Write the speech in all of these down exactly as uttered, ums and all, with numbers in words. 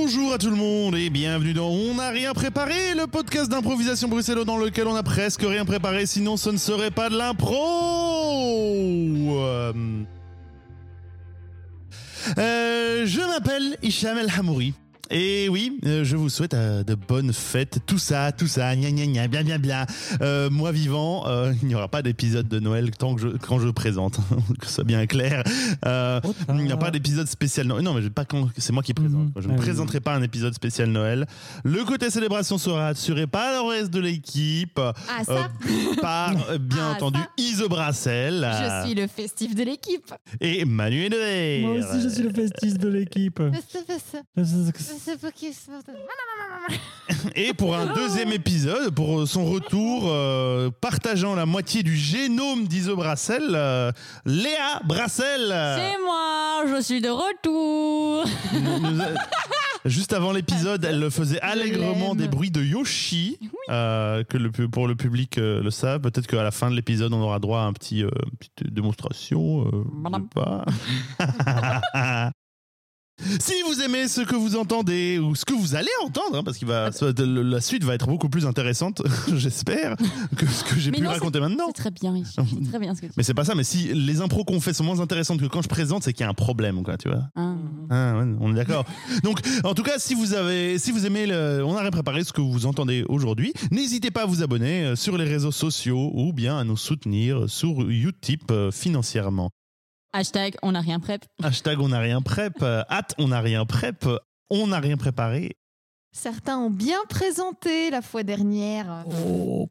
Bonjour à tout le monde et bienvenue dans On n'a rien préparé, le podcast d'improvisation bruxellois dans lequel on a presque rien préparé, sinon ce ne serait pas de l'impro. Euh... Euh, je m'appelle Hicham El Hamouri. Et oui, euh, je vous souhaite euh, de bonnes fêtes, tout ça, tout ça, gna gna gna, bien bien bien. Euh, moi vivant, euh, il n'y aura pas d'épisode de Noël tant que je, quand je présente, que ce soit bien clair. Euh, il n'y a pas d'épisode spécial Noël. Non, mais je, pas quand c'est moi qui présente. Mmh. Je ne ah, présenterai oui. pas un épisode spécial Noël. Le côté célébration sera assuré par le reste de l'équipe. Ah ça euh, Par, bien ah, entendu, ça. Iso Brassel. Je suis le festif de l'équipe. Et Manu Eder. Moi aussi, je suis le festif de l'équipe. Et pour un deuxième épisode, pour son retour, euh, partageant la moitié du génome d'Iso Brassel, euh, Léa Brassel. C'est moi, je suis de retour. Nous, nous a... Juste avant l'épisode, elle le faisait allègrement des bruits de Yoshi, oui. euh, que le, pour le public euh, le savent. Peut-être qu'à la fin de l'épisode, on aura droit à un petit, euh, une petite démonstration. Euh, je sais pas. Si vous aimez ce que vous entendez ou ce que vous allez entendre, hein, parce que la suite va être beaucoup plus intéressante, j'espère, que ce que j'ai mais pu non, raconter maintenant. C'est très bien, c'est très bien ce que tu Mais c'est pas ça. Mais si les impros qu'on fait sont moins intéressantes que quand je présente, c'est qu'il y a un problème, quoi, tu vois. Ah. Ah, ouais, on est d'accord. Donc, en tout cas, si vous avez, si vous aimez, le, on a rien préparé ce que vous entendez aujourd'hui, n'hésitez pas à vous abonner sur les réseaux sociaux ou bien à nous soutenir sur Utip euh, financièrement. Hashtag on n'a rien prep. Hashtag on n'a rien prep. Hâte on n'a rien prep. On n'a rien préparé. Certains ont bien présenté la fois dernière. Oh.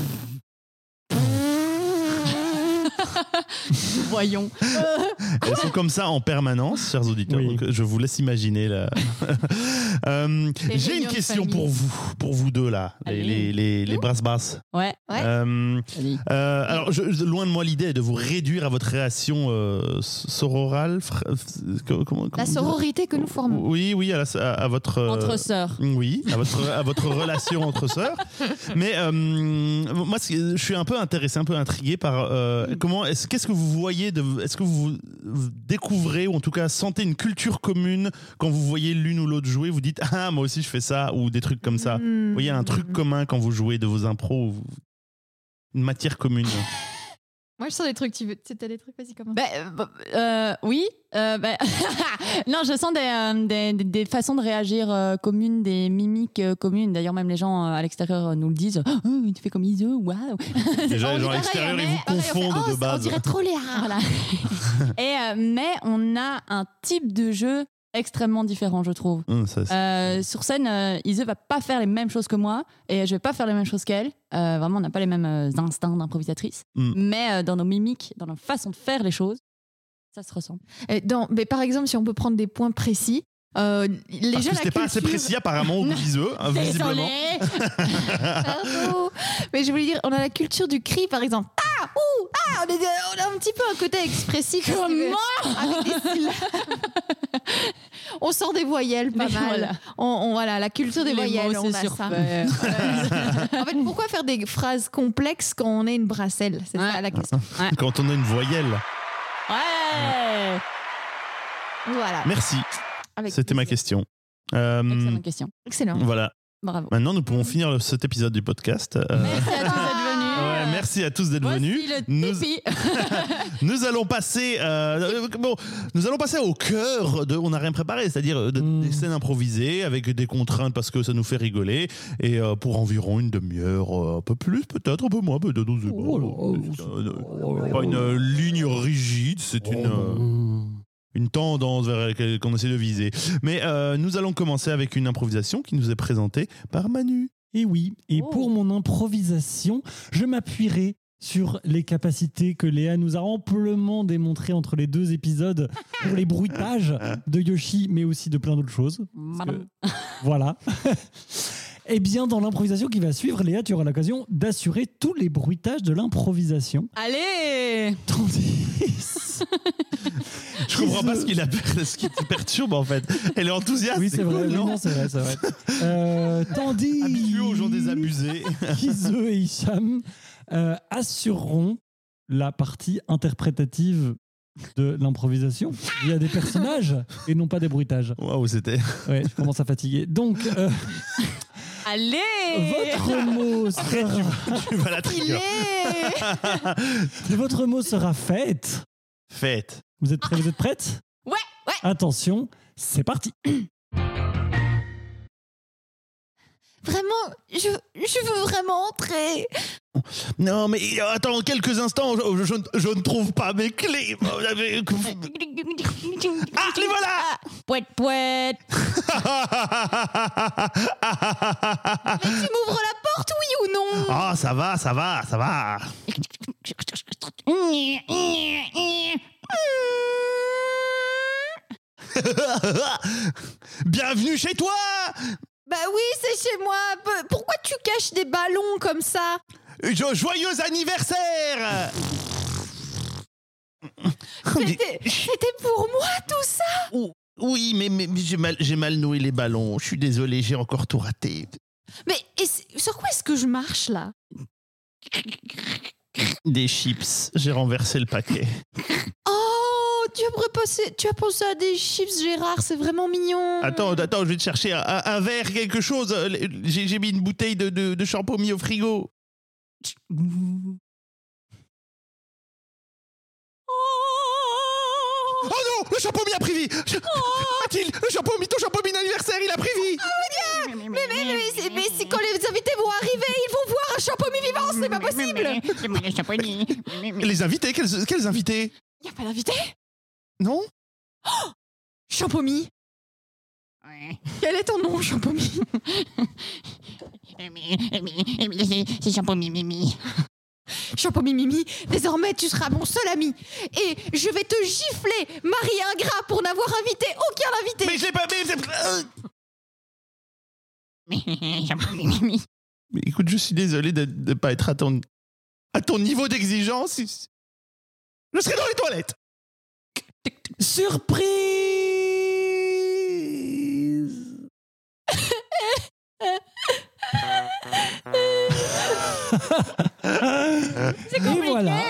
Voyons. Elles sont comme ça en permanence, chers auditeurs. Oui. Donc je vous laisse imaginer là. euh, j'ai une question pour vous, pour vous deux là, les les les, les brasses basses. Ouais. ouais. Euh, euh, alors je, loin de moi l'idée de vous réduire à votre réaction euh, sororale. Fra... Comment, comment la sororité que nous formons. Oui, oui, à, la, à, à votre euh, entre sœurs. Oui, à votre à votre relation entre sœurs. Mais euh, moi, je suis un peu intéressé, un peu intrigué par euh, comment est-ce qu'est-ce que vous voyez de, est-ce que vous découvrez ou en tout cas sentez une culture commune quand vous voyez l'une ou l'autre jouer, vous dites ah moi aussi je fais ça ou des trucs comme ça. Mmh. Vous voyez un truc commun quand vous jouez de vos impros, une matière commune. Moi je sens des trucs, tu veux, t'as des trucs, vas-y comment. Bah, euh, oui, euh, bah, non je sens des, euh, des, des, des façons de réagir euh, communes, des mimiques euh, communes. D'ailleurs même les gens euh, à l'extérieur euh, nous le disent. Oh, tu fais comme Iso, waouh. Déjà les gens à l'extérieur ils vous confondent oh, de base. On dirait trop Léa. Voilà. Et euh, mais on a un type de jeu extrêmement différent, je trouve. Mmh, ça, euh, sur scène, euh, Iso va pas faire les mêmes choses que moi et je vais pas faire les mêmes choses qu'elle. Euh, vraiment, on n'a pas les mêmes euh, instincts d'improvisatrice. Mmh. Mais euh, dans nos mimiques, dans nos façons de faire les choses, ça se ressemble. Et dans, mais par exemple, si on peut prendre des points précis, euh, les Parce jeux que c'était pas assez précis apparemment au Iso, hein, visiblement. Pardon. Mais je voulais dire, on a la culture du cri, par exemple. Ah, ouh, ah, on, est, on a un petit peu un côté expressif. Comment avec des syllabes. On sort des voyelles pas mais mal. Voilà. On, on, voilà, la culture des les voyelles, mots, on a ça. En fait, pourquoi faire des phrases complexes quand on est une brasselle? C'est ouais. ça la question. Ouais. Quand on a une voyelle. Ouais. Voilà. Merci. Avec C'était ma question. Euh, Excellente question. Excellent. Voilà. Bravo. Maintenant, nous pouvons finir le, cet épisode du podcast. Euh... Merci à tous d'être venus. Ouais, merci à tous d'être Voici venus. Le nous, nous allons passer, euh, bon, nous allons passer au cœur de. On n'a rien préparé, c'est-à-dire de, mmh. des scènes improvisées avec des contraintes parce que ça nous fait rigoler et euh, pour environ une demi-heure, euh, un peu plus peut-être, un peu moins, peut-être. Oh, euh, pas une euh, ligne rigide, c'est une. Euh, Une tendance vers laquelle qu'on essaie de viser. Mais euh, nous allons commencer avec une improvisation qui nous est présentée par Manu. Et oui, et oh. pour mon improvisation, je m'appuierai sur les capacités que Léa nous a amplement démontrées entre les deux épisodes pour les bruitages de Yoshi, mais aussi de plein d'autres choses. Que, voilà. Eh bien, dans l'improvisation qui va suivre, Léa, tu auras l'occasion d'assurer tous les bruitages de l'improvisation. Allez Tandis... Je comprends pas ce qui, la, ce qui te perturbe en fait. Elle est enthousiaste. Oui, c'est, c'est vrai. Cool, non, non, c'est vrai, c'est vrai. Euh, tandis habitué aux gens désabusés. Iso et Hicham euh, assureront la partie interprétative de l'improvisation via des personnages et non pas des bruitages. Waouh, c'était. Ouais, je commence à fatiguer. Donc, euh, Allez votre mot sera... Tu vas la trigger. votre mot sera fête. Fête. Vous êtes prêts, vous êtes prêtes ? Ouais, ouais. Attention, c'est parti. Vraiment, je, je veux vraiment entrer. Non, mais attends, quelques instants, je, je, je ne trouve pas mes clés. Ah, les voilà. Pouette, pouette. Mais tu m'ouvres la porte, oui ou non? Ah, ça va, ça va, ça va. Bienvenue chez toi. Bah oui, c'est chez moi. Pourquoi tu caches des ballons comme ça? Jo- Joyeux anniversaire. C'était c'était pour moi tout ça? Oh, oui, mais, mais, mais j'ai mal, j'ai mal noué les ballons. Je suis désolé, j'ai encore tout raté. Mais et c'est- sur quoi est-ce que je marche là? Des chips. J'ai renversé le paquet. Oh, tu as, repensé, tu as pensé à des chips, Gérard, c'est vraiment mignon. Attends, attends, je vais te chercher un, un- un verre, quelque chose. J'ai, j'ai mis une bouteille de, de, de champomis au frigo. Oh non, le champomis a pris vie. Je- Mathilde, le champomis, ton champomis d'anniversaire, il a pris vie. Mais, mais, mais, c'est- mais c'est quand les invités vont arriver, ils vont voir un champomis vivant, c'est pas possible. Les invités, quels, quels invités? Y a pas d'invité? Non? Champomis. Quel est ton nom, Champomis? C'est Champomis Mimi. Champomis Mimi, désormais tu seras mon seul ami. Et je vais te gifler, mari ingrat, pour n'avoir invité aucun invité. Mais je l'ai pas. Mais, euh, Champomis Mimi. mais écoute, je suis désolé de ne pas être à ton, à ton niveau d'exigence. Je serai dans les toilettes. Surprise. C'est Et compliqué. voilà.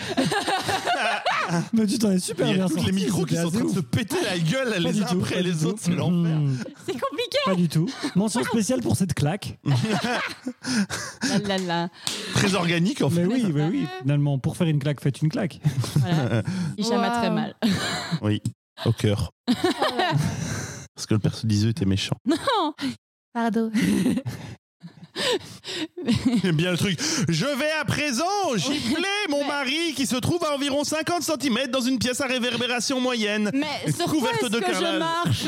Mais tu t'en es super Il y bien a tous les sorti, micros qui c'était sont en train de assez se ouf. péter la gueule Pas les du uns tout, après pas les du autres, tout. c'est l'enfer. Mmh. C'est compliqué. Pas du tout. Mention spéciale pour cette claque. Là, là, là. Très organique en fait. Mais oui, oui, oui. Finalement, pour faire une claque, faites une claque. Voilà. Il chama très Waouh. mal. Oui, au cœur. Parce que le perso d'Iseux était méchant. Pardon. J'aime bien le truc. Je vais à présent gifler mon mari qui se trouve à environ cinquante centimètres dans une pièce à réverbération moyenne. Mais sur quoi Couverte est-ce de que je carrelage. marche?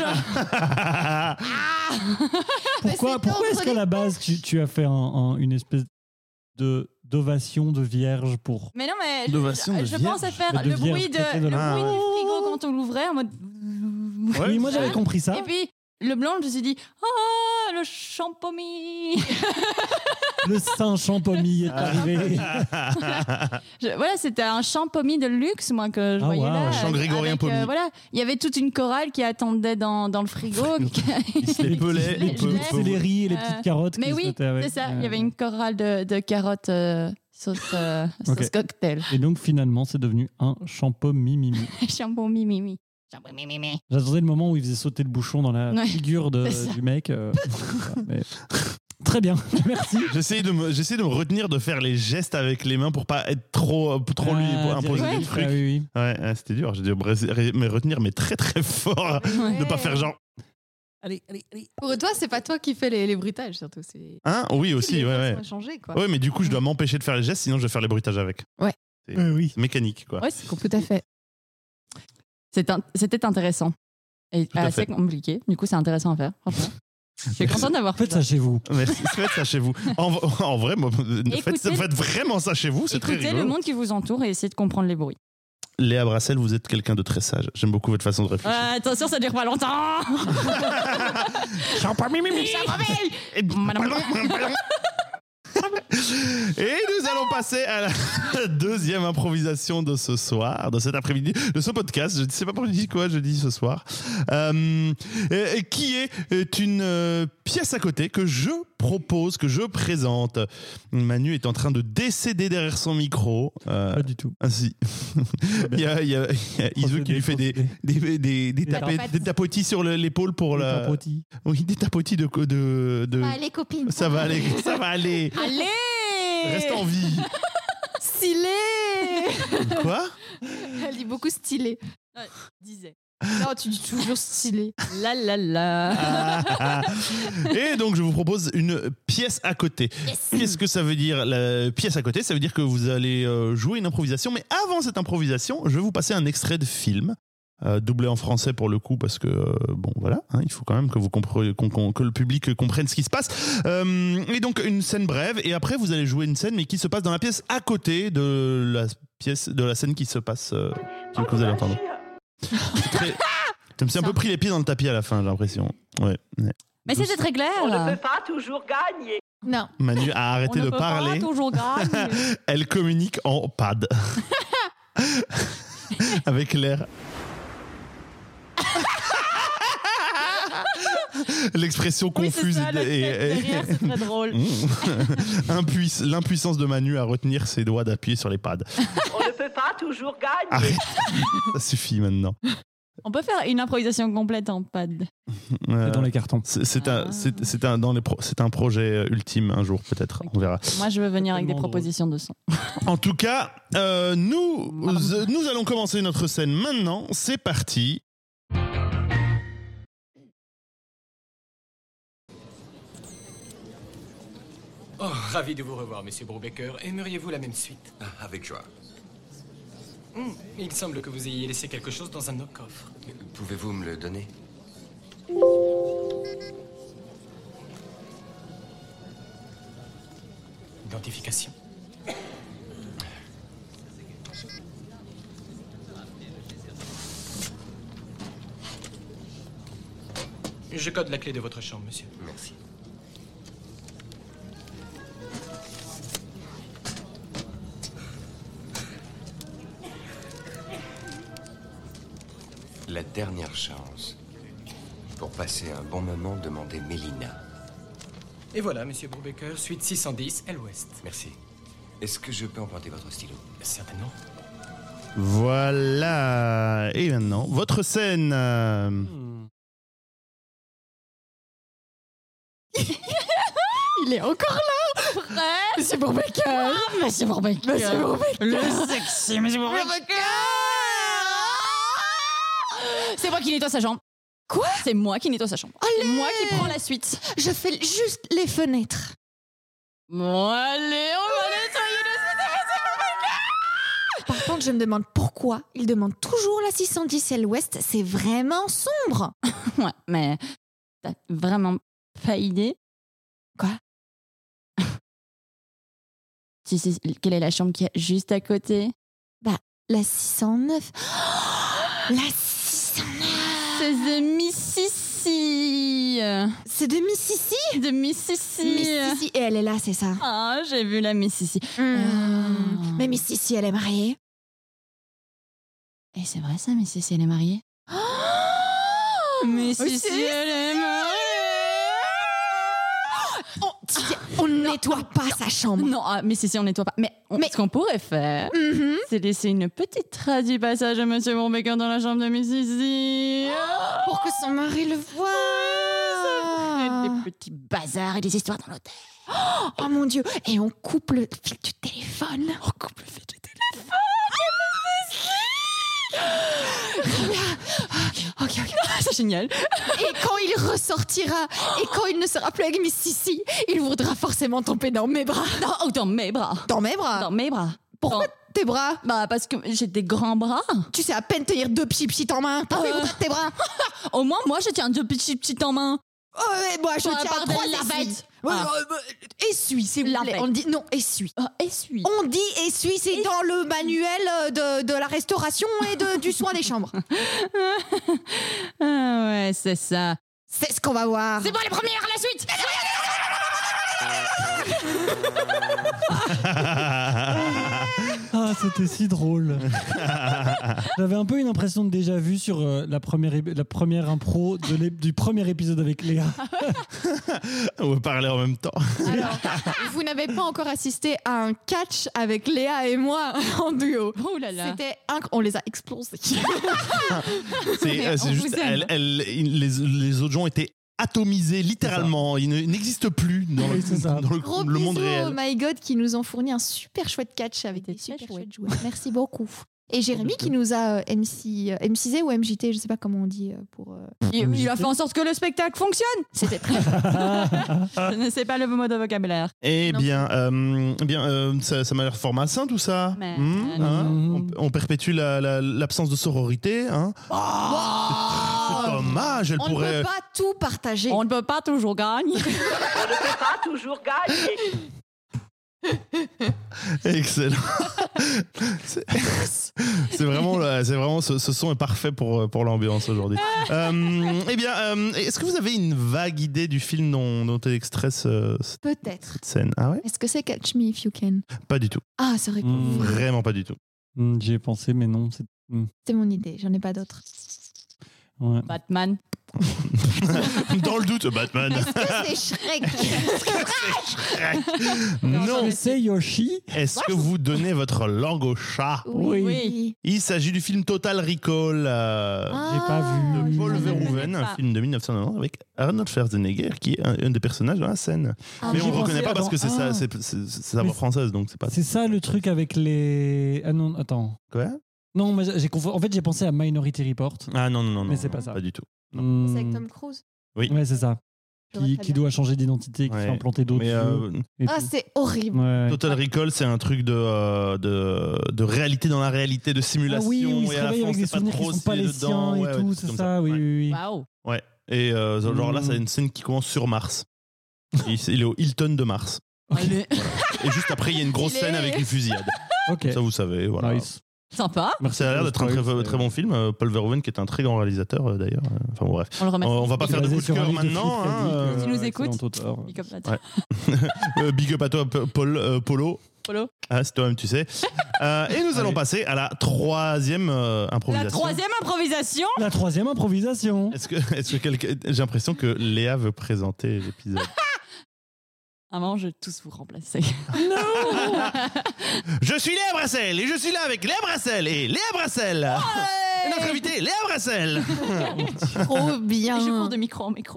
Pourquoi, c'est pourquoi est-ce entre qu'à les la base, tu, tu as fait un- un- une espèce de d'ovation de vierge pour... Mais non, mais D'ovation de je vierge. pensais faire Mais de le bruit, vierge de, traitée de le la- bruit Ah. du frigo quand on l'ouvrait en mode. Ouais, Oui, moi j'avais compris ça. Et puis le blanc, je me suis dit, oh, le champomis. Le saint champomis est arrivé. Je- voilà, c'était un champomis de luxe, moi, que je Ah, voyais wow. là. Un chant grégorien avec, euh, pommier. voilà, il y avait toute une chorale qui attendait dans, dans le frigo. Il se les pelait. Les Les petits petits céleri et les Euh, petites carottes. Mais qui se oui, mettaient avec. c'est ça. Il y Euh, avait une chorale de, de carottes euh, sauce, euh, sauce Ok. cocktail. Et donc finalement, c'est devenu un champomis mimi. Champomis mimi. Champomis mimi. J'attendais le moment où il faisait sauter le bouchon dans la Ouais, figure de, c'est ça. du mec. euh, mais- Très bien, merci. J'essaie de, me, j'essaie de me retenir de faire les gestes avec les mains pour pas être trop, trop lui Ah, imposer direct. des trucs. Ah oui, oui. Ouais, ouais, c'était dur. J'ai dû me ré- me retenir, mais très très fort. De pas faire genre. Allez, allez, allez. Pour toi, c'est pas toi qui fais les, les bruitages, surtout. C'est Hein? Oui, aussi, les ouais, gens ouais. sont changés, quoi. Ouais, mais du coup, je dois m'empêcher de faire les gestes, sinon je vais faire les bruitages avec. C'est Euh, oui. c'est mécanique, quoi. Ouais, c'est Tout à fait. C'est un- C'était intéressant. Et à assez fait. compliqué. Du coup, c'est intéressant à faire. Franchement. Je suis contente d'avoir fait Faites ça chez vous. Merci, faites ça chez vous. En, en vrai, moi, faites, Écoutez- faites vraiment ça chez vous, c'est très Écoutez rigolo. le monde qui vous entoure et essayez de comprendre les bruits. Léa Brassel, vous êtes quelqu'un de très sage. J'aime beaucoup votre façon de réfléchir. Euh, attention, ça dure pas longtemps. Et nous allons allons passer à la deuxième improvisation de ce soir, de cet après-midi, de ce podcast. Je ne sais pas pourquoi je dis quoi, je dis ce soir. Euh, et, qui est une euh, pièce à côté que je propose, que je présente. Manu est en train de décéder derrière son micro. Euh, pas du tout. Ah si. il y a, il y a, il y a Izu qui lui fait des, des, des, des, des, tapés, des tapotis sur le, l'épaule pour des la... Tapotis. Oui, des tapotis de... de, de... Ça va aller, copine. Ça va aller, ça va aller. Allez Reste en vie. Stylé. Quoi? Elle dit beaucoup stylé. Ouais, disais. Non, tu dis toujours stylé. La la la. Ah, ah. Et donc, je vous propose une pièce à côté. Yes. Qu'est-ce que ça veut dire, la pièce à côté? Ça veut dire que vous allez euh, jouer une improvisation. Mais avant cette improvisation, je vais vous passer un extrait de film. Euh, doublé en français pour le coup parce que euh, bon voilà hein, il faut quand même que vous compreniez qu'on, qu'on, que le public comprenne ce qui se passe euh, et donc une scène brève et après vous allez jouer une scène mais qui se passe dans la pièce à côté de la pièce de la scène qui se passe euh, que vous allez entendre. Très... je me suis un peu pris les pieds dans le tapis à la fin j'ai l'impression ouais, ouais. Mais c'était très clair. On ne peut pas toujours gagner. Non. Manu a arrêté On de ne peut parler pas toujours gagner. elle communique en pad avec l'air. L'expression confuse oui, c'est ça, et, et, derrière, c'est très drôle. Impuiss, l'impuissance de Manu à retenir ses doigts d'appuyer sur les pads. On ne peut pas toujours gagner. Arrête. Ça suffit maintenant. On peut faire une improvisation complète en pad. Euh, dans les cartons. C'est, c'est, Ah. un, c'est, c'est, un, dans les pro, c'est un projet ultime un jour peut-être. On verra. Moi, je veux venir avec des Tellement propositions de son. En tout cas, euh, nous, euh, nous allons commencer notre scène maintenant. C'est parti. Oh, ravi de vous revoir, Monsieur Brubaker. Aimeriez-vous la même suite? Ah, avec joie. Hmm, il semble que vous ayez laissé quelque chose dans un de nos coffres. Pouvez-vous me le donner? Identification. Je code la clé de votre chambre, monsieur. Merci. La dernière chance. Pour passer un bon moment, demandez Mélina. Et voilà, Monsieur Brubaker, suite six cent dix, L-Ouest. Merci. Est-ce que je peux emprunter votre stylo? Certainement. Voilà. Et maintenant, votre scène. Euh... Il est encore là. Frère Monsieur Brubaker. Ah, Monsieur Brubaker. Monsieur Brubaker. Le sexy Monsieur Brubaker. C'est moi qui nettoie sa chambre. Quoi? C'est moi qui nettoie sa chambre. Allez. C'est moi qui prends la suite. Je fais juste les fenêtres. Bon, allez, on va nettoyer la suite de Monsieur Brubaker. Par contre, je me demande pourquoi il demande toujours la six cent dix L Ouest. C'est vraiment sombre. Ouais, mais t'as vraiment pas idée? Quoi? Tu sais quelle est la chambre qui est juste à côté? Bah, la six cent neuf. Oh, la six cent neuf. C'est de Mississippi. C'est de Mississippi? De Mississippi. Mississippi. Et elle est là, c'est ça? Ah, j'ai vu la Mississippi. Mmh. Mais Mississippi, elle est mariée. Et c'est vrai ça, Mississippi, elle est mariée? Oh Mississippi, elle est mariée. On ne nettoie pas sa chambre. Non, ah, Mississippi, on nettoie pas. Mais, on, Mais- ce qu'on pourrait faire, Mhm. c'est laisser une petite trace du passage à Monsieur Brubaker dans la chambre de Mississippi. Pour que son mari le voie. Des petits bazars et des histoires dans l'hôtel. Oh mon Dieu. Et on coupe le fil du téléphone. On coupe le fil du téléphone. Ok, ok, ok. C'est génial. Et quand il ressortira, et quand il ne sera plus avec Mississippi, il voudra forcément tomber dans mes bras. Non, oh, dans mes bras. Dans mes bras? Dans mes bras. Pourquoi Dans- tes bras? Bah, parce que j'ai des grands bras. Tu sais à peine tenir deux petits petits en main. Pourquoi il Euh. voudra tes bras? Au moins, moi, je tiens deux petits petits en main. Oh, ouais, moi, je Sur la tiens part de trois la essuies. bête. Ouais, Ah. euh, euh, essuie, s'il vous La plaît. bête. On dit non, essuie. Oh, essuie. On dit essuie, c'est Essuie. dans le manuel euh, de, de la restauration et de, du soin des chambres. Ah ouais, c'est ça. C'est ce qu'on va voir. C'est bon, les premières, la suite. Ah, c'était si drôle. J'avais un peu une impression de déjà vu sur euh, la, première, la première impro de l'é- du premier épisode avec Léa. On va parler en même temps. Alors, vous n'avez pas encore assisté à un catch avec Léa et moi en duo. Oh là là. C'était inc- on les a explosés. C'est, Mais euh, on c'est vous juste, aime. elle, elle- les, les autres gens étaient atomisés littéralement. Ils ne- ils n'existent plus dans, le, Oui, c'est ça. dans le, Gros le monde bisous, réel. oh my god, qui nous ont fourni un super chouette catch avec des C'était super très chouettes joueurs. Merci beaucoup. Et Jérémy qui nous a euh, M C, euh, M C Z ou M J T, je sais pas comment on dit euh, pour. euh, Il, il a fait en sorte que le spectacle fonctionne. C'était très. Je ne sais pas le mot de vocabulaire. Eh Non. bien, euh, eh bien euh, ça, ça m'a l'air fort malsain tout ça. Mais- Hmm, euh, hein non. on, on perpétue la- la- l'absence de sororité. Hein C'est dommage, elle On pourrait. ne peut pas tout partager. On ne peut pas toujours gagner. On ne peut pas toujours gagner. Excellent. c'est, c'est vraiment, là, c'est vraiment ce, ce son est parfait pour, pour l'ambiance aujourd'hui. Euh, eh bien, euh, est-ce que vous avez une vague idée du film dont, dont est extrait ce- Peut-être. cette scène? Ah ouais? Est-ce que c'est Catch Me If You Can? Pas du tout. Ah, c'est vrai que Mm. Vraiment pas du tout. Hmm, J'y ai pensé, mais non. C'est... hmm, c'est mon idée, j'en ai pas d'autres. ouais. Batman. Dans le doute, Batman. Est-ce que c'est Shrek? Non. C'est Yoshi. Est-ce que vous donnez votre langue au chat? Oui. Oui. Il s'agit du film Total Recall euh, Ah, J'ai pas vu. de Paul je ne Verhoeven, connais un pas. film de dix-neuf cent quatre-vingt-dix avec Arnold Schwarzenegger qui est un, un des personnages dans la scène. Ah, Mais j'ai on ne pensé- reconnaît pas parce que c'est attends, ça, ah. c'est, c'est, c'est sa voix Mais- française, donc c'est pas. C'est ça le truc avec les. Ah non, attends. Quoi? Non, mais j'ai confondu. En fait, j'ai pensé à Minority Report. Ah non, non, non. Mais non, c'est pas non, ça. Pas du tout. Hmm, C'est avec Tom Cruise. Ouais, c'est ça. J'aurais Qui, très qui bien. doit changer d'identité, qui Ouais. fait implanter d'autres. Mais yeux euh, et Ah, tout. c'est horrible. Ouais. Total Recall, c'est un truc de, euh, de, de réalité dans la réalité, de Ah simulation. oui, où il se et à la réveille fin, avec on des sait pas souvenirs qui trop sont si pas c'est les dedans. siens et Ouais, ouais, tout, des c'est trucs ça, comme oui, Ouais. oui, oui. Waouh. Ouais. Et euh, genre là, Mm. c'est une scène qui commence sur Mars. il, il est au Hilton de Mars. Allez. Et juste après, il y a une grosse Il est- scène avec une fusillade. Ok. Ça, vous savez, voilà. Nice. Sympa. Merci Ça a l'air pour le d'être un très, spoil, très bon film. Euh, Paul Verhoeven, qui est un très grand réalisateur euh, d'ailleurs. Euh, Enfin bon, bref. On le On, remercie. on va pas c'est faire de basé coup de sur un cœur livre de maintenant. Philippe hein, K. Dick, euh, Tu nous euh, écoutes excellent auteur. Big up, Nat. Ouais. euh, big up à toi, P- Paul, euh, Polo. Polo. Ah, c'est toi-même, tu sais. Euh, et nous allons Allez. passer à la troisième euh, La improvisation. troisième improvisation. La troisième improvisation. Est-ce que, est-ce que quelqu'un- j'ai l'impression que Léa veut présenter l'épisode. À un moment, je vais tous vous remplacer. Je suis Léa Brassel et je suis là avec Léa Brassel et Léa Brassel. Et notre invité, Léa Brassel. Trop bien. Et je cours de micro en micro.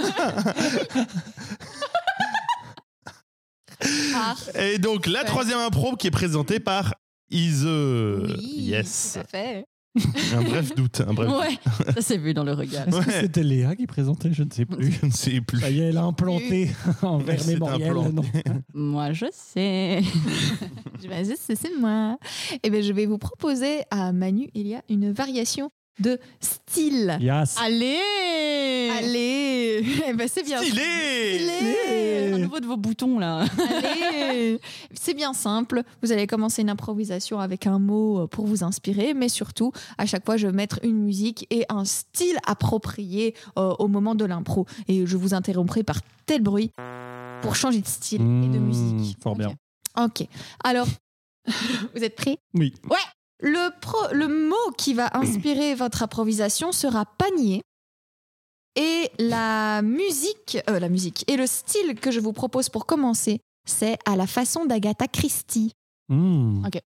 Ah, Et donc la Ouais. troisième impro qui est présentée par Ise. oui, Yes. tout à fait. Un bref doute. Un bref Ouais, ça s'est vu dans le regard. Est-ce que Ouais. c'était Léa qui présentait? Je ne sais plus. Je ne sais plus. Ça y est, elle a implanté un verre C'est mémoriel. implanté. non. Moi, je sais. Je vais- c'est c'est moi. Eh bien, je vais vous proposer à Manu, il y a une variation de style. Yes. Allez Allez, eh ben, c'est bien. Stylé. Stylé. Au niveau de vos boutons, là. Allez. C'est bien simple. Vous allez commencer une improvisation avec un mot pour vous inspirer, mais surtout, à chaque fois, je vais mettre une musique et un style approprié euh, au moment de l'impro. Et je vous interromprai par tel bruit pour changer de style et de Mmh, musique. Fort bien. Ok. Alors, vous êtes prêts? Oui. Le, pro- le mot qui va inspirer votre improvisation sera panier. Et la musique, euh, la musique, et le style que je vous propose pour commencer, c'est à la façon d'Agatha Christie. Mmh. Ok.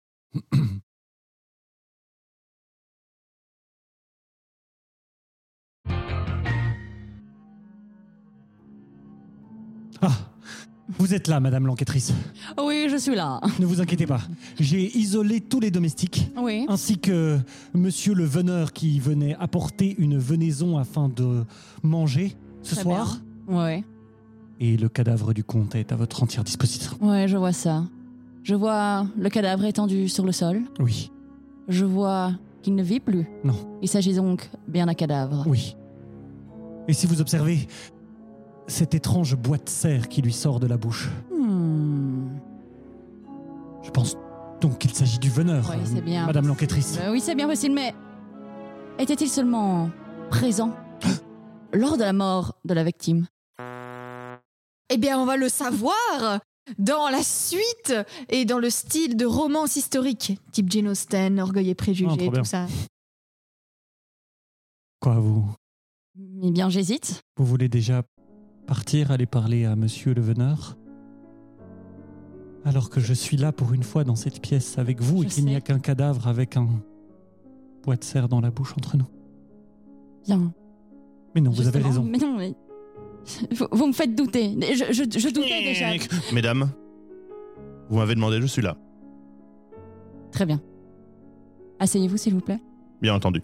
Ah, vous êtes là, Madame l'enquêtrice. Oui, je suis là. Ne vous inquiétez pas. J'ai isolé tous les domestiques, Oui. ainsi que Monsieur le veneur qui venait apporter une venaison afin de manger ce Très soir. Ouais. Et le cadavre du comte est à votre entière disposition. Ouais, je vois ça. Je vois le cadavre étendu sur le sol. Oui, Je vois qu'il ne vit plus. non, Il s'agit donc bien d'un cadavre. oui. Et si vous observez cette étrange boîte serre qui lui sort de la bouche, Hmm. je pense donc qu'il s'agit du veneur, Oui, c'est bien. Madame l'enquêtrice. Euh, oui, c'est bien possible, mais était-il seulement présent lors de la mort de la victime? Eh bien, on va le savoir dans la suite et dans le style de romance historique, type Jane Austen, Orgueil et préjugés, Oh, trop bien. tout ça. Quoi, vous Eh bien, j'hésite. Vous voulez déjà partir, aller parler à Monsieur le Veneur? Alors que je suis là pour une fois dans cette pièce avec vous Je et qu'il n'y a sais. qu'un cadavre avec un bois de serre dans la bouche entre nous. Bien. Mais non, vous avez Justement, raison. Mais non, mais... Vous, vous me faites douter. Je, je, je doutais déjà. Mesdames, vous m'avez demandé, je suis là. Très bien. Asseyez-vous, s'il vous plaît. Bien entendu.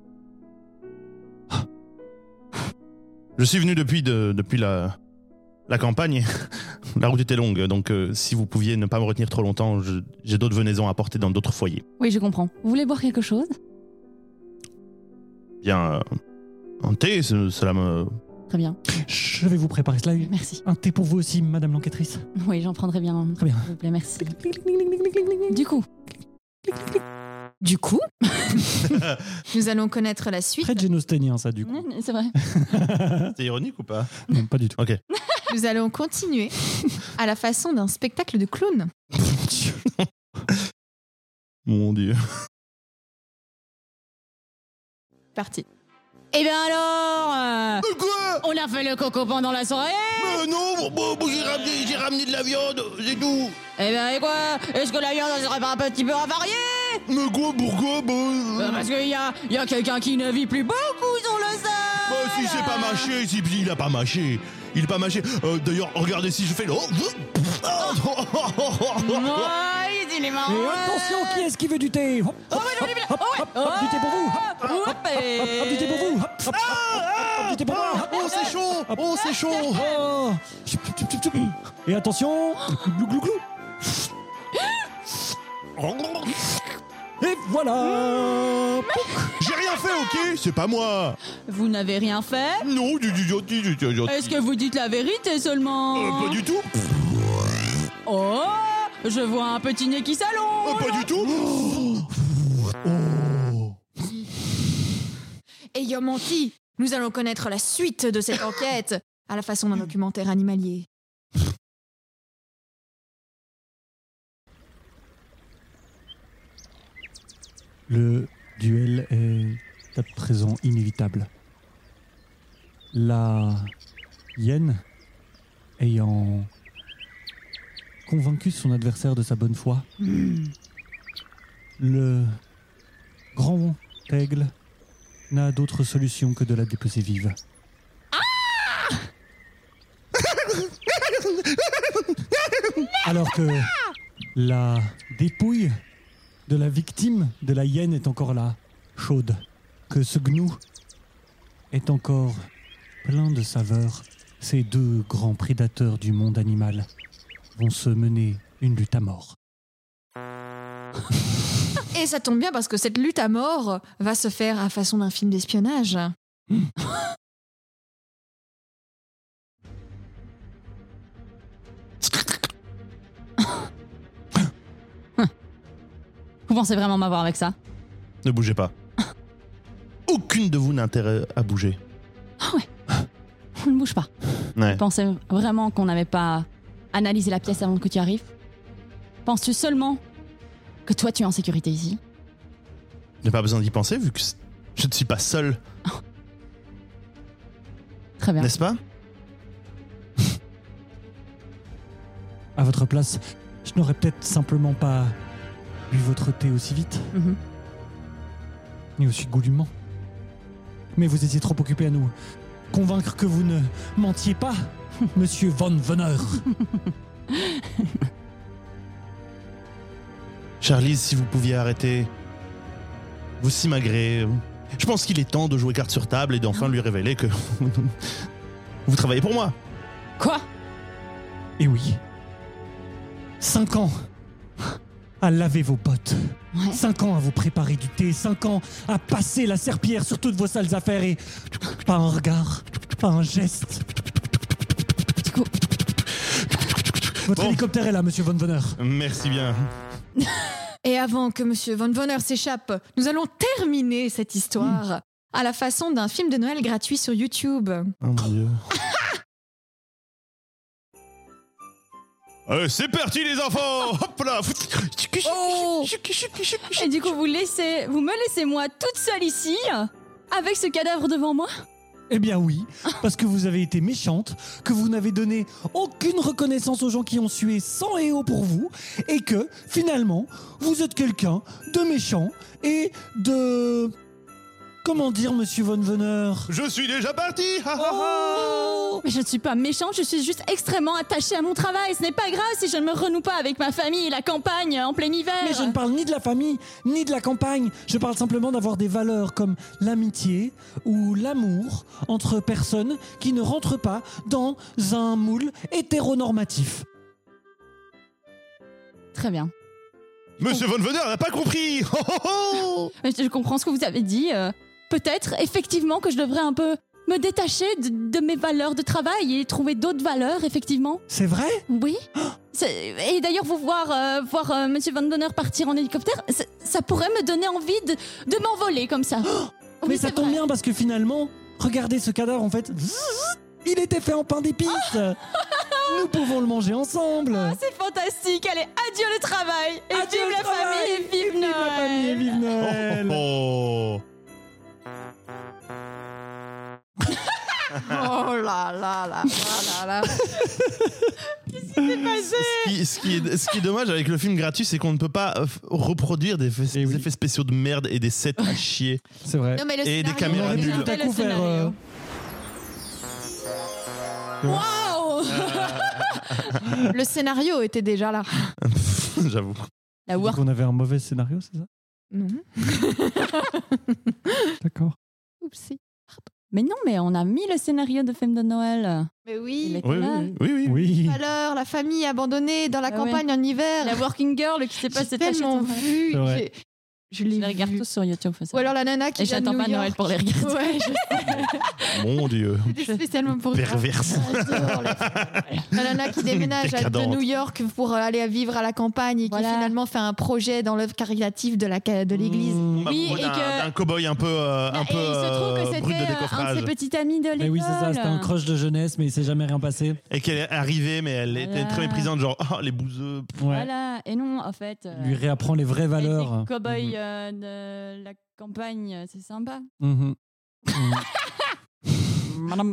Je suis venu depuis, de, depuis la, la campagne. La route était longue, donc euh, si vous pouviez ne pas me retenir trop longtemps, je- j'ai d'autres venaisons à apporter dans d'autres foyers. Oui, je comprends. Vous voulez boire quelque chose? Bien, euh, un thé, ce- cela me... Très bien. Je vais vous préparer cela. Merci. Un thé pour vous aussi, madame l'enquêtrice. Oui, j'en prendrai bien. Très bien. S'il vous plaît, merci. Du coup, Du coup, nous allons connaître la suite. Très génosténien, ça, du coup. Mm, c'est vrai. C'est ironique ou pas? Non, pas du tout. Ok. Nous allons continuer à la façon d'un spectacle de clown. Mon Dieu. Parti. Eh bien alors, euh, Quoi? on a fait le coco pendant la soirée. Euh, Non, bon, bon, j'ai ramené, j'ai ramené de la viande, c'est tout. Eh bien, et quoi? Est-ce que la viande ne serait pas un petit peu avariée? Mais quoi, pourquoi? Bah, Euh, Parce qu'il y a, il y a quelqu'un qui ne vit plus beaucoup sur le sol. bah, si c'est pas mâché, si il a pas mâché. Il est pas mâché. Euh, D'ailleurs, regardez si je fais le... Ouais, il est marrant. Et attention, qui est-ce qui veut du thé? Hop, hop, hop, hop, hop, hop, du thé pour vous. Hop, hop, hop, hop, du thé pour vous. Hop, hop, hop, du thé pour moi. Oh, c'est chaud. Oh, c'est chaud. Oh. Et attention, glou glou glou. Et voilà. J'ai rien fait, ok? C'est pas moi. Vous n'avez rien fait? Non, du du gentil, du du gentil. Est-ce que vous dites la vérité seulement? Euh, pas du tout. Oh, je vois un petit nez qui Euh, s'allonge. pas du tout. Oh. Ayant menti, nous allons connaître la suite de cette enquête à la façon d'un documentaire animalier. Le duel est à présent inévitable. La hyène, ayant convaincu son adversaire de sa bonne foi, le grand aigle n'a d'autre solution que de la dépecer vive. Alors que la dépouille de la victime de la hyène est encore là, chaude, que ce gnou est encore plein de saveurs, ces deux grands prédateurs du monde animal vont se mener une lutte à mort. Et ça tombe bien parce que cette lutte à mort va se faire à façon d'un film d'espionnage. Vous pensez vraiment m'avoir avec ça? Ne bougez pas. Aucune de vous n'a intérêt à bouger. Ah ouais. On ne bouge pas. Ouais. Tu pensais vraiment qu'on n'avait pas analysé la pièce avant que tu arrives? Penses-tu seulement que toi tu es en sécurité ici? Je n'ai pas besoin d'y penser vu que je ne suis pas seul, Très bien. n'est-ce pas? À votre place, je n'aurais peut-être simplement pas bu votre thé aussi vite, Mhm. ni aussi goulûment. Mais vous étiez trop occupé à nous convaincre que vous ne mentiez pas, Monsieur Von Veneur. Charlize, si vous pouviez arrêter, vous simagrez. Je pense qu'il est temps de jouer carte sur table et d'enfin lui révéler que vous travaillez pour moi. Quoi? Et oui, cinq ans à laver vos bottes, Ouais. cinq ans à vous préparer du thé, cinq ans à passer la serpillière sur toutes vos sales affaires et pas un regard, pas un geste. Du coup, Votre Bon. hélicoptère est là, Monsieur Von Veneur. Merci bien. Et avant que Monsieur Von Vonner s'échappe, nous allons terminer cette histoire à la façon d'un film de Noël gratuit sur YouTube. Oh mon Dieu. Allez, c'est parti les enfants. Hop là. Oh. Et du coup, vous, laissez, vous me laissez moi toute seule ici, avec ce cadavre devant moi? Eh bien oui, parce que vous avez été méchante, que vous n'avez donné aucune reconnaissance aux gens qui ont sué sang et eau pour vous, et que, finalement, vous êtes quelqu'un de méchant et de... Comment dire, monsieur Von Veneur? Je suis déjà parti. Ha, ha, oh. Mais je ne suis pas méchante, je suis juste extrêmement attachée à mon travail. Ce n'est pas grave si je ne me renoue pas avec ma famille et la campagne en plein hiver. Mais je ne parle ni de la famille, ni de la campagne. Je parle simplement d'avoir des valeurs comme l'amitié ou l'amour entre personnes qui ne rentrent pas dans un moule hétéronormatif. Très bien. Monsieur Von Veneur n'a pas compris. Oh, oh, oh. Je comprends ce que vous avez dit. Euh, peut-être, effectivement, que je devrais un peu me détacher de, de mes valeurs de travail et trouver d'autres valeurs, effectivement. C'est vrai? Oui. C'est- Et d'ailleurs, vous voir, euh, voir euh, Monsieur Van Donner partir en hélicoptère, ça, ça pourrait me donner envie de, de m'envoler comme ça. Oui, Mais ça c'est tombe vrai. bien parce que finalement, regardez ce cadavre en fait. Il était fait en pain d'épices. Nous pouvons le manger ensemble. Ah, c'est fantastique. Allez, adieu le travail. Et Adieu vive le la travail. famille et vive, Vive la famille et Noël. vive Noël. Oh. Oh là là là là là là. Ce qui, ce, qui est, ce qui est dommage avec le film gratuit, c'est qu'on ne peut pas euh, reproduire des effets, Eh oui. des effets spéciaux de merde et des sets à chier. C'est vrai. Non, mais le Et des scénario, caméras On aurait pu nulles. tout à Le coup faire. euh, scénario. Waouh. Le scénario était déjà là. J'avoue. La tu dis work. qu'on avait un mauvais scénario, c'est ça? Non. D'accord. Oupsie. Mais non, mais on a mis le scénario de film de Noël. Mais Il oui. était Oui, là. oui, oui, oui. Oui. Alors, la famille abandonnée dans la Ah campagne en hiver. La working girl qui s'est pas J'ai détachée de tellement son travail. vu. C'est vrai. J'ai- Je Je l'ai les regarde vu. tous sur YouTube. faut Ou savoir. alors la nana qui Et vient de j'attends New pas Noël York. pour les regarder. Ouais, je Mon Dieu. C'était spécialement pour toi. Perverse. J'adore les- La nana qui déménage à- de Décadente. New York pour aller vivre à la campagne et qui Voilà. finalement fait un projet dans l'œuvre caritative de la de l'église. Mmh. Bah, Oui, moi, et d'un, que- d'un cow-boy un peu, euh, un Et peu il se trouve euh, que brut de c'était euh, un de décoffrage. ses petits amis de l'école. Mais oui, c'est ça, c'était un crush de jeunesse, mais il s'est jamais rien passé. Et qu'elle est arrivée, mais elle était Voilà. très méprisante, genre, oh, les bouseux. Ouais. Voilà. Et non, en fait. euh, Lui réapprend les vraies valeurs. Les cow-boys euh, de la campagne, euh, c'est sympa. Mhm. Mhm. Madame.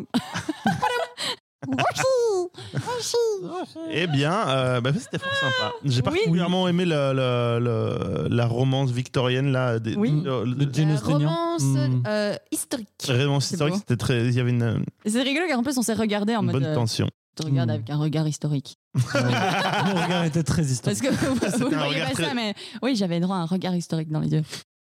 Eh bien, euh, bah, c'était fort sympa. J'ai Oui. particulièrement aimé le- le- le- la romance victorienne, là. Des, Oui. le- le- De Jane Euh, Austen. romance Mmh. euh, historique. la romance C'est historique, beau. c'était très. Il y avait une, Et c'est rigolo car en plus on s'est regardé en une mode. bonne euh, tension. tu regardes Mm. avec un regard historique. Mon regard était très Parce historique. que vous, vous un voyez regard pas très- ça, mais oui, j'avais droit à un regard historique dans les yeux.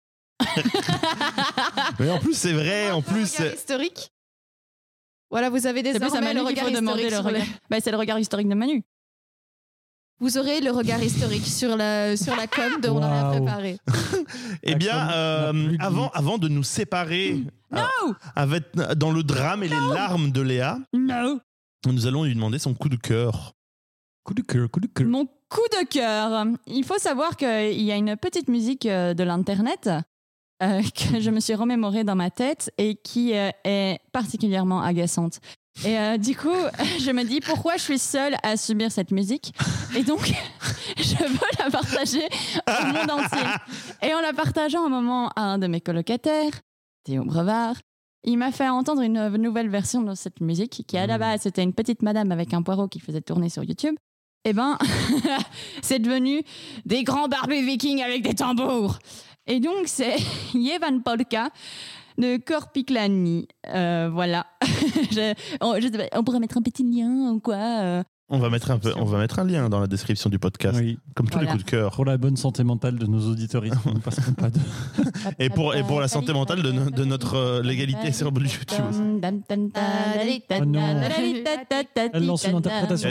Mais en plus, c'est vrai, en Un plus. regard c'est- historique. Voilà, vous avez C'est plus à désormais le Manu qu'il regard faut demander historique. le sur regard. les- Bah, c'est le regard historique de Manu. Vous aurez le regard historique sur la, sur la com de On en a Waouh. préparé. Eh bien, La com euh, n'a plus de avant, limite. avant de nous séparer No euh, avec, dans le drame et les larmes de Léa, No nous allons lui demander son coup de cœur. Coup de cœur, coup de cœur. Mon coup de cœur. Il faut savoir qu'il y a une petite musique euh, de l'internet euh, que je me suis remémorée dans ma tête et qui euh, est particulièrement agaçante. Et euh, du coup, je me dis pourquoi je suis seule à subir cette musique. Et donc, je veux la partager au monde entier. Et en la partageant un moment à un de mes colocataires, Théo Brevard, il m'a fait entendre une nouvelle version de cette musique qui, à la base, c'était une petite madame avec un poireau qui faisait tourner sur YouTube. Eh ben, c'est devenu des grands barbus vikings avec des tambours. Et donc, c'est Jevan Polka de Korpiklani. Euh, voilà. je, on, je sais pas, on pourrait mettre un petit lien ou quoi. euh. On va mettre un peu, on va mettre un lien dans la description du podcast, Oui, comme tous Voilà. les coups de cœur. pour la bonne santé mentale de nos auditeurs, ils ne passeront pas de. Et pour, et pour la santé mentale de, no- de notre euh, légalité sur YouTube aussi. Oh non. Elle lance une interprétation.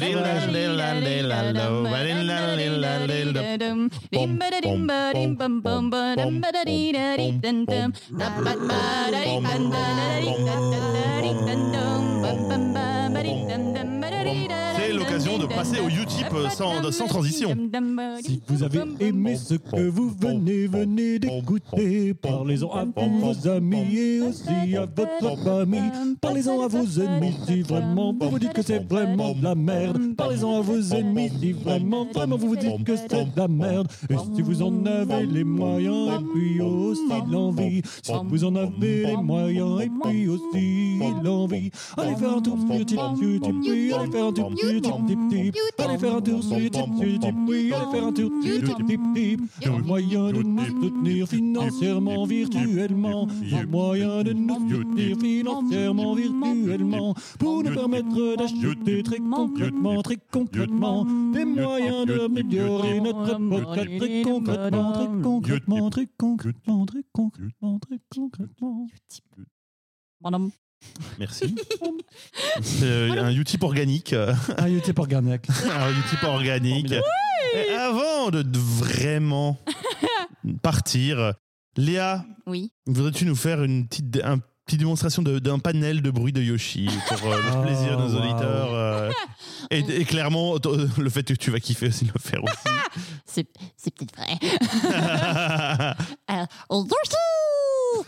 C'est aurait l'occasion de passer au Utip sans, sans transition. Si vous avez aimé ce que vous venez, venez d'écouter, parlez-en à vos amis et aussi à votre famille. Parlez-en à vos ennemis si vraiment vous vous dites que c'est vraiment de la merde. Parlez-en à vos ennemis si vraiment, vraiment vous vous dites que c'est de la merde. Et si vous en avez les moyens et puis aussi l'envie, si vous en avez les moyens et puis aussi l'envie, allez faire un tour sur YouTube, YouTube, oui, allez faire un tour sur YouTube, allez faire un tour sur YouTube, YouTube, oui, allez faire un tour sur YouTube. Il y a moyen de nous soutenir financièrement, virtuellement. Il y a moyen de nous soutenir financièrement, virtuellement, pour nous permettre d'acheter très concrètement, très concrètement, des moyens d'améliorer notre podcast très concrètement, très concrètement, très concrètement, très concrètement, très concrètement. Madame. Merci. C'est un Utip organique. Un Utip organique. Un Utip organique. Et avant de vraiment partir, Léa, oui. voudrais-tu nous faire une petite, un, petite démonstration de, d'un panel de bruit de Yoshi pour euh, le oh, plaisir de nos wow. auditeurs euh, et, et clairement, le fait que tu vas kiffer aussi le faire aussi. c'est, c'est peut-être vrai. Alors, Yoshi!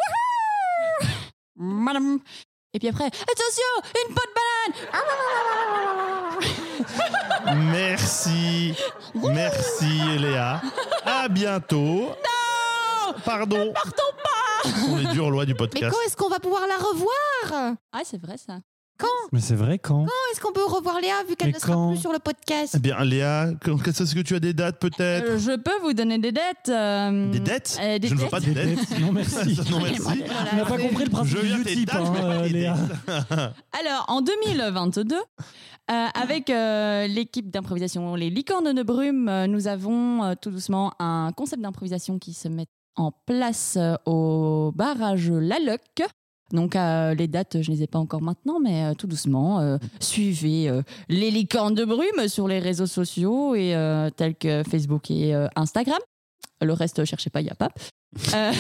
Madame. Et puis après, attention, une peau de banane. Merci. Merci Léa. À bientôt. Non. Pardon. Ne partons pas. Ce sont les dures lois du Mais podcast. quand est-ce qu'on va pouvoir la revoir? Ah, c'est vrai ça. Quand? Mais c'est vrai, quand Quand est-ce qu'on peut revoir Léa vu qu'elle Mais ne sera quand plus sur le podcast? Eh bien, Léa, est-ce que tu as des dates peut-être Euh, je peux vous donner des dettes. euh, Des dettes euh, des Je ne veux dettes. pas de dettes. Non, merci. Non, merci. Tu n'as pas compris le principe Je du viens tes Utip, dates, hein, mais pas euh, les Léa. dettes. Alors, en deux mille vingt-deux, euh, avec euh, l'équipe d'improvisation Les Licornes de Brume, euh, nous avons euh, tout doucement un concept d'improvisation qui se met en place euh, au barrage La Loc. Donc, euh, les dates, je ne les ai pas encore maintenant, mais euh, tout doucement, euh, suivez euh, Les Licornes de Brume sur les réseaux sociaux et, euh, tels que Facebook et euh, Instagram. Le reste, cherchez pas, il n'y a pas. Euh...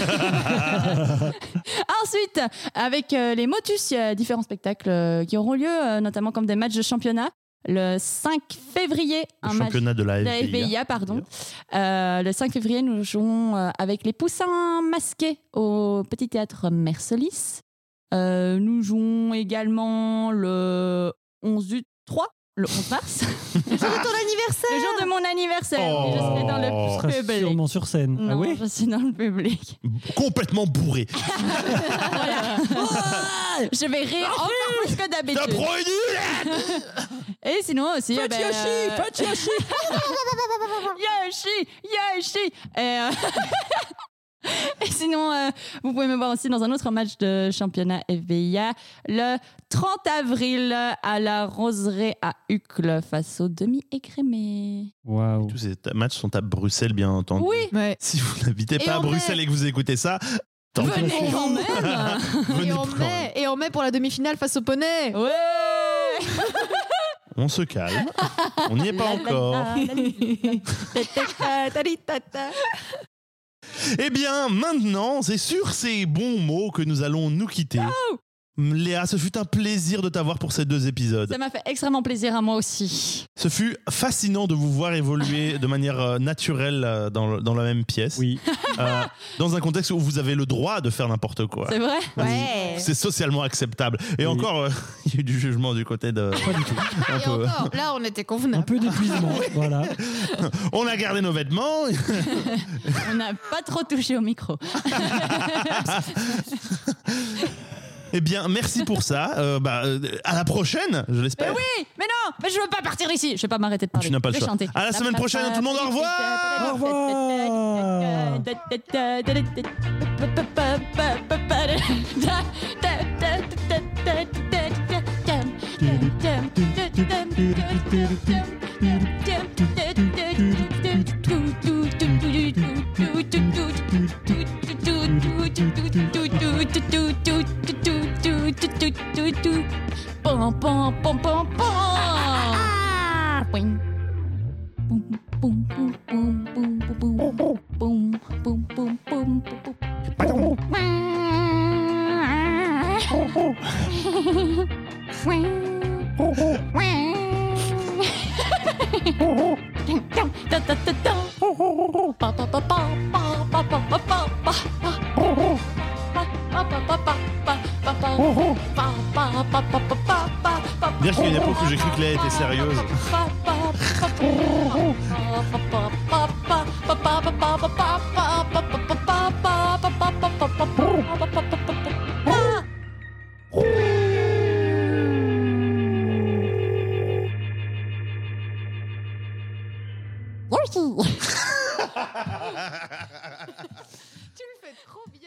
Ensuite, avec euh, les Motus, il y a différents spectacles euh, qui auront lieu, euh, notamment comme des matchs de championnat. Le cinq février, Le un match championnat de la de la F F B B I A, pardon. Euh, le cinq février, nous jouons euh, avec les Poussins Masqués au Petit Théâtre Mercelis. Euh, nous jouons également le onze du trois, le onze mars. Le jour de ton anniversaire. Le jour de mon anniversaire. Oh. Et je serai dans Tu seras le public. sûrement sur scène. Non, Ah oui je suis dans le public. Complètement bourré. Voilà. Je vais rire encore plus que T'as d'habitude. pro une Et sinon aussi... Faites ben, Yoshi, euh, faites Yoshi. Yoshi, Yoshi. Et, euh, et sinon, euh, vous pouvez me voir aussi dans un autre match de championnat F B I A le trente avril à la Roseraie à Uccle face au demi-écrémé. Waouh. Tous ces ta- matchs sont à Bruxelles, bien entendu. Oui, Ouais. Si vous n'habitez Et pas à en Bruxelles mai. et que vous écoutez ça, tant venez pis. quand même. Venez Et on, prendre. met, et on met pour la demi-finale face au poney. Ouais. On se calme. On n'y est pas encore. Eh bien, maintenant, c'est sur ces bons mots que nous allons nous quitter. Léa, ce fut un plaisir de t'avoir pour ces deux épisodes. Ça m'a fait extrêmement plaisir à moi aussi. Ce fut fascinant de vous voir évoluer de manière euh, naturelle euh, dans, le- dans la même pièce. Oui. Euh, dans un contexte où vous avez le droit de faire n'importe quoi. C'est vrai? Ouais. C'est socialement acceptable. Et Oui. encore, euh, il y a eu du jugement du côté de... Pas du tout. Un Et peu. encore, là, on était Un convenable. peu d'épuisement. Voilà. On a gardé nos vêtements. On n'a pas trop touché au micro. Eh bien, merci pour ça. Euh, bah, euh, à la prochaine, je l'espère. Mais oui, mais non, mais je veux pas partir d'ici. Je vais pas m'arrêter de parler. Tu n'as pas le Je vais choix. chanter. À la semaine prochaine, tout le monde, au revoir. Au revoir. Pom pom pom pom pom. Boing. Boum, boum, boum, boum, boum, boum, boum, boum, boum, boum, boum, boum, boum. Dire qu'il y a une époque où j'ai cru que Léa était sérieuse. Tu le fais trop bien.